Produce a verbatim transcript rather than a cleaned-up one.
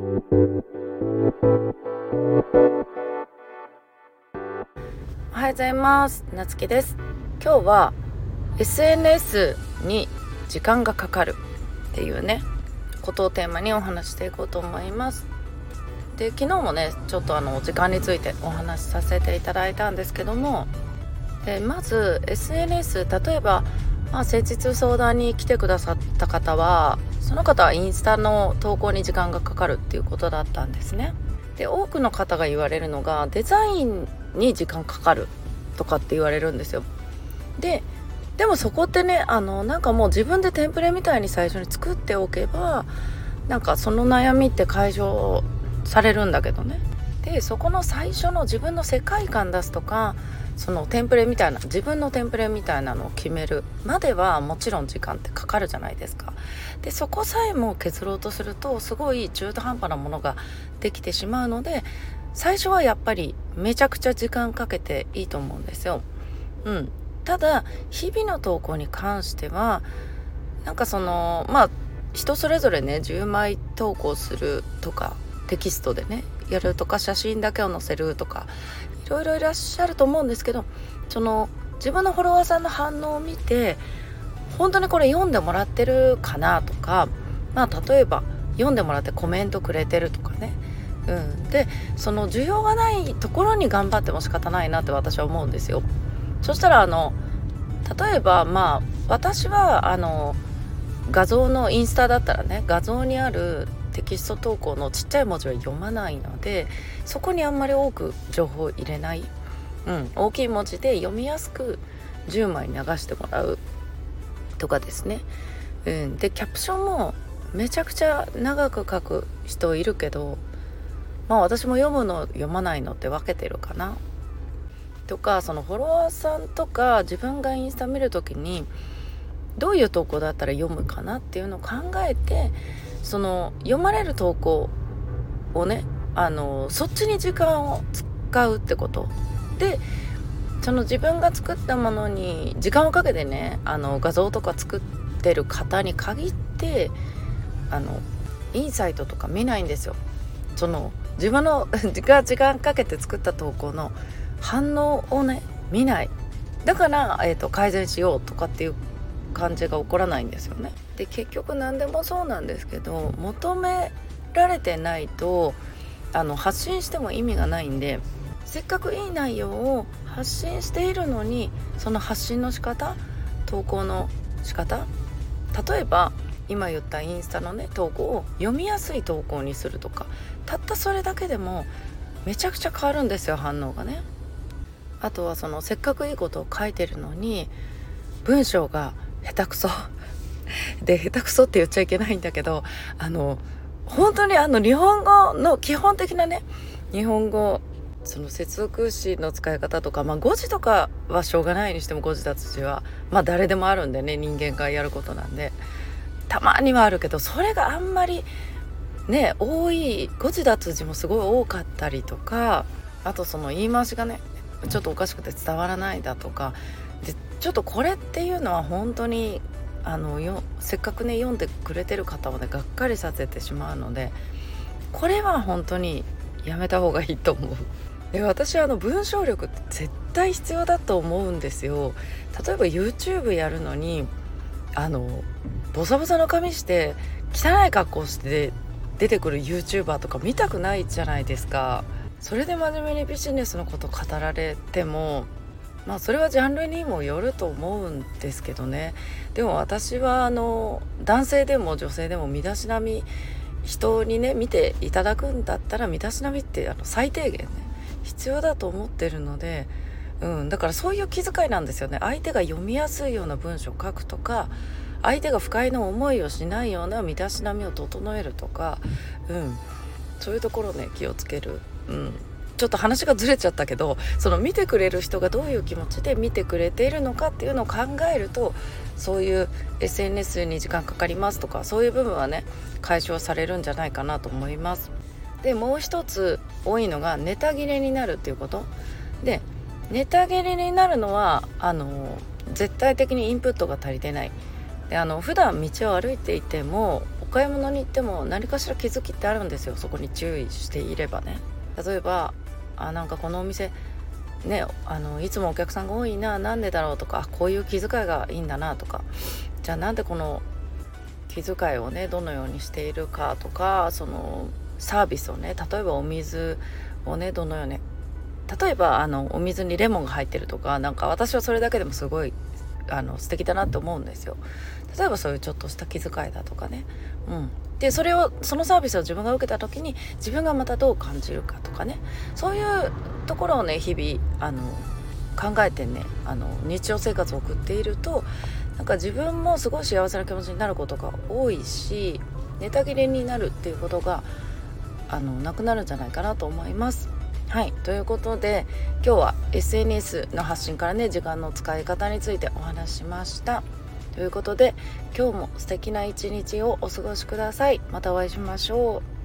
おはようございます。なつきです。今日は エスエヌエス に時間がかかるっていうねことをテーマにお話していこうと思います。で、昨日もねちょっとあの時間についてお話しさせていただいたんですけども、でまず エスエヌエス、 例えば、まあ、先日相談に来てくださった方は、その方はインスタの投稿に時間がかかるっていうことだったんですね。で、多くの方が言われるのがデザインに時間かかるとかって言われるんですよ。ででもそこってね、あのなんかもう自分でテンプレみたいに最初に作っておけば、なんかその悩みって解消されるんだけどね。でそこの最初の自分の世界観出すとか、そのテンプレみたいな、自分のテンプレみたいなのを決めるまではもちろん時間ってかかるじゃないですか。でそこさえも削ろうとするとすごい中途半端なものができてしまうので、最初はやっぱりめちゃくちゃ時間かけていいと思うんですよ。うん。ただ日々の投稿に関しては、なんかそのまあ人それぞれね、じゅうまい投稿するとか、テキストでねやるとか、写真だけを載せるとか、いろいろいらっしゃると思うんですけど、その自分のフォロワーさんの反応を見て、本当にこれ読んでもらってるかなとか、まあ例えば読んでもらってコメントくれてるとかね、うん、でその需要がないところに頑張っても仕方ないなって私は思うんですよ。そしたらあの例えばまあ私はあの画像のインスタだったらね、画像にあるテキスト投稿のちっちゃい文字は読まないので、そこにあんまり多く情報を入れない、うん、大きい文字で読みやすくじゅうまい流してもらうとかですね、うん、でキャプションもめちゃくちゃ長く書く人いるけど、まあ私も読むの読まないのって分けてるかなとか、そのフォロワーさんとか自分がインスタ見るときにどういう投稿だったら読むかなっていうのを考えて、その読まれる投稿をね、あのそっちに時間を使うってことで、その自分が作ったものに時間をかけてね、あの画像とか作ってる方に限ってあのインサイトとか見ないんですよ。その自分のが時間かけて作った投稿の反応をね見ない。だから、えーと、改善しようとかっていう感じが起こらないんですよね。で結局何でもそうなんですけど、求められてないとあの発信しても意味がないんで、せっかくいい内容を発信しているのに、その発信の仕方、投稿の仕方、例えば今言ったインスタのね投稿を読みやすい投稿にするとか、たったそれだけでもめちゃくちゃ変わるんですよ、反応がね。あとはそのせっかくいいことを書いてるのに文章が下手くそで、下手くそって言っちゃいけないんだけど、あの本当にあの日本語の基本的なね、日本語その接続詞の使い方とか、まあ語字とかはしょうがないにしても、誤字脱字はまあ誰でもあるんでね、人間がやることなんでたまにはあるけど、それがあんまりね多い、誤字脱字もすごい多かったりとか、あとその言い回しがねちょっとおかしくて伝わらないだとかで、ちょっとこれっていうのは本当にあのよせっかくね読んでくれてる方をねがっかりさせてしまうので、これは本当にやめた方がいいと思う。で私はあの文章力って絶対必要だと思うんですよ。例えば YouTube やるのにあのボサボサの髪して汚い格好して出てくる YouTuber とか見たくないじゃないですか。それで真面目にビジネスのこと語られても、まあそれはジャンルにもよると思うんですけどね。でも私はあの男性でも女性でも身だしなみ、人にね見ていただくんだったら身だしなみってあの最低限ね必要だと思ってるので、うん、だからそういう気遣いなんですよね。相手が読みやすいような文章を書くとか、相手が不快な思いをしないような身だしなみを整えるとか、うん、そういうところね気をつける。うん、ちょっと話がずれちゃったけど、その見てくれる人がどういう気持ちで見てくれているのかっていうのを考えると、そういう エスエヌエス に時間かかりますとか、そういう部分はね解消されるんじゃないかなと思います。でもう一つ多いのがネタ切れになるっていうことで、ネタ切れになるのはあの絶対的にインプットが足りてない、 であの普段道を歩いていてもお買い物に行っても何かしら気づきってあるんですよ。そこに注意していればね。例えばあなんかこのお店ね、あのいつもお客さんが多いな、なんでだろうとか、こういう気遣いがいいんだなとか、じゃあなんでこの気遣いをねどのようにしているかとか、そのサービスをね、例えばお水をねどのように、例えばあのお水にレモンが入ってるとか、なんか私はそれだけでもすごいあの素敵だなって思うんですよ。例えばそういうちょっとした気遣いだとかね、うん、でそれをそのサービスを自分が受けた時に自分がまたどう感じるかとかね、そういうところをね日々あの考えてね、あの日常生活を送っていると、なんか自分もすごい幸せな気持ちになることが多いし、ネタ切れになるっていうことがあのなくなるんじゃないかなと思います。はい、ということで今日は エスエヌエス の発信からね、時間の使い方についてお話ししました。ということで今日も素敵な一日をお過ごしください。またお会いしましょう。